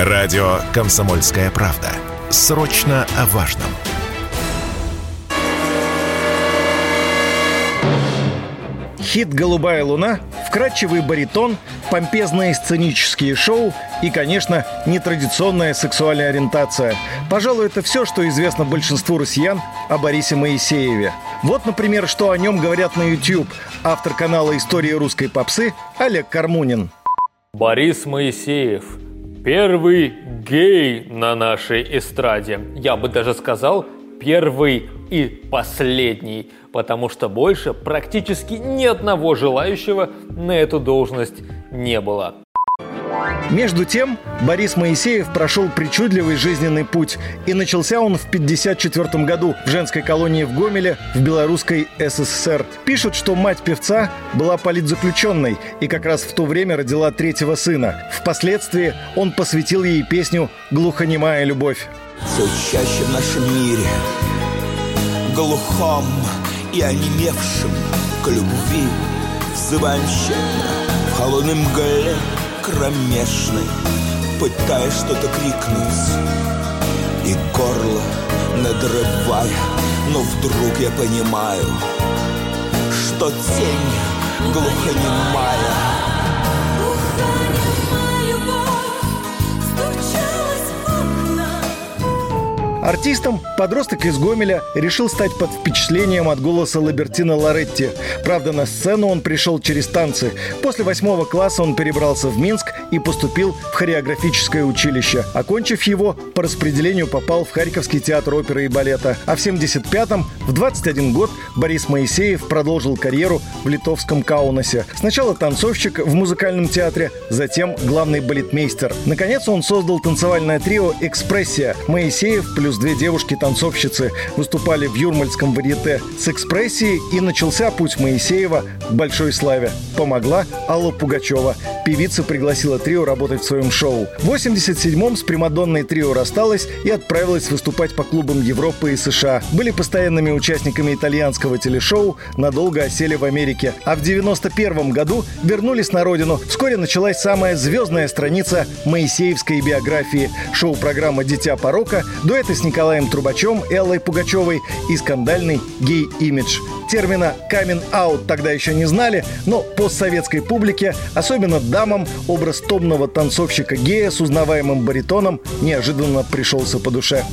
Радио «Комсомольская правда». Срочно о важном. Хит «Голубая луна», вкрадчивый баритон, помпезные сценические шоу и, конечно, нетрадиционная сексуальная ориентация. Пожалуй, это все, что известно большинству россиян о Борисе Моисееве. Вот, например, что о нем говорят на YouTube автор канала «История русской попсы» Олег Кармунин. Борис Моисеев. Первый гей на нашей эстраде. Я бы даже сказал, первый и последний, потому что больше практически ни одного желающего на эту должность не было. Между тем, Борис Моисеев прошел причудливый жизненный путь, и начался он в 1954 году в женской колонии в Гомеле в Белорусской СССР. Пишут, что мать певца была политзаключенной и как раз в то время родила третьего сына. Впоследствии он посвятил ей песню «Глухонемая любовь». Все чаще в нашем мире, глухом и онемевшим к любви, взываем тщетно в холодной мгле кромешной, пытаясь что-то крикнуть и горло надрывая. Но вдруг я понимаю, что тень глухонемая. Артистом подросток из Гомеля решил стать под впечатлением от голоса Лабертино Лоретти. Правда, на сцену он пришел через танцы. После 8 класса он перебрался в Минск и поступил в хореографическое училище. Окончив его, по распределению попал в Харьковский театр оперы и балета. А в 1975-м, в 21 год, Борис Моисеев продолжил карьеру в литовском Каунасе. Сначала танцовщик в музыкальном театре, затем главный балетмейстер. Наконец он создал танцевальное трио «Экспрессия». Моисеев плюс 2 девушки-танцовщицы выступали в юрмальском варьете. С «Экспрессией» и начался путь Моисеева к большой славе. Помогла Алла Пугачева. Певица пригласила трио работать в своем шоу. В 1987-м с примадонной трио рассталась и отправилась выступать по клубам Европы и США. Были постоянными участниками итальянского телешоу, надолго осели в Америке. А в 1991 году вернулись на родину. Вскоре началась самая звездная страница моисеевской биографии. Шоу-программа «Дитя порока», дуэты с Николаем Трубачем и Аллой Пугачевой и скандальный гей-имидж. Термина «камин-аут» тогда еще не знали, но постсоветской публике, особенно дамам, образ томного танцовщика-гея с узнаваемым баритоном неожиданно пришелся по душе.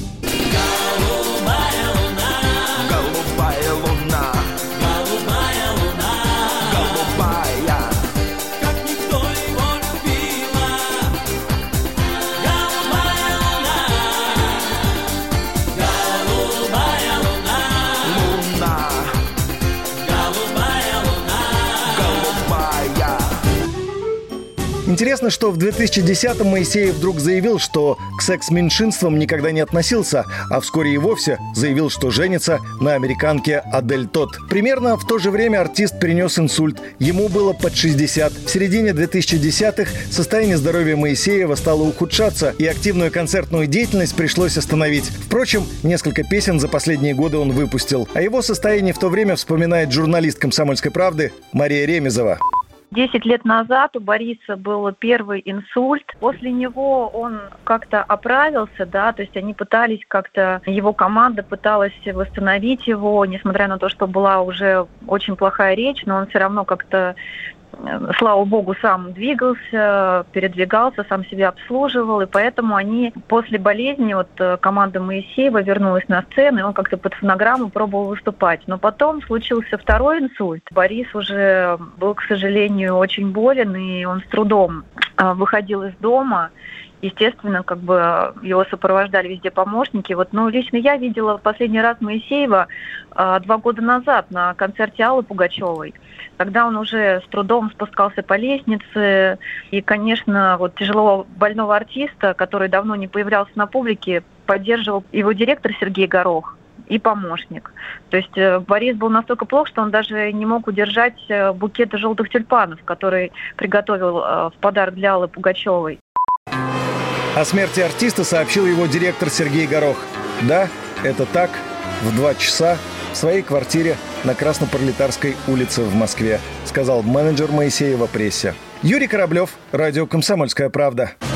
Интересно, что в 2010-м Моисеев вдруг заявил, что к секс-меньшинствам никогда не относился, а вскоре и вовсе заявил, что женится на американке Адель Тот. Примерно в то же время артист перенес инсульт. Ему было под 60. В середине 2010-х состояние здоровья Моисеева стало ухудшаться, и активную концертную деятельность пришлось остановить. Впрочем, несколько песен за последние годы он выпустил. О его состоянии в то время вспоминает журналист «Комсомольской правды» Мария Ремезова. 10 лет назад у Бориса был первый инсульт. После него он как-то оправился, да, то есть они пытались как-то, его команда пыталась восстановить его, несмотря на то, что была уже очень плохая речь, но он все равно как-то, слава богу, сам двигался, передвигался, сам себя обслуживал, и поэтому они после болезни, вот команда Моисеева вернулась на сцену, и он как-то под фонограмму пробовал выступать. Но потом случился второй инсульт. Борис уже был, к сожалению, очень болен, и он с трудом выходил из дома. Естественно, как бы его сопровождали везде помощники. Вот, ну, лично я видела последний раз Моисеева 2 года назад на концерте Аллы Пугачевой. Тогда он уже с трудом спускался по лестнице. И, конечно, вот тяжело больного артиста, который давно не появлялся на публике, поддерживал его директор Сергей Горох и помощник. То есть Борис был настолько плох, что он даже не мог удержать букет желтых тюльпанов, который приготовил в подарок для Аллы Пугачевой. О смерти артиста сообщил его директор Сергей Горох. Да, это так, в 2 часа в своей квартире на Краснопролетарской улице в Москве, сказал менеджер Моисеева прессе. Юрий Кораблев, радио «Комсомольская правда».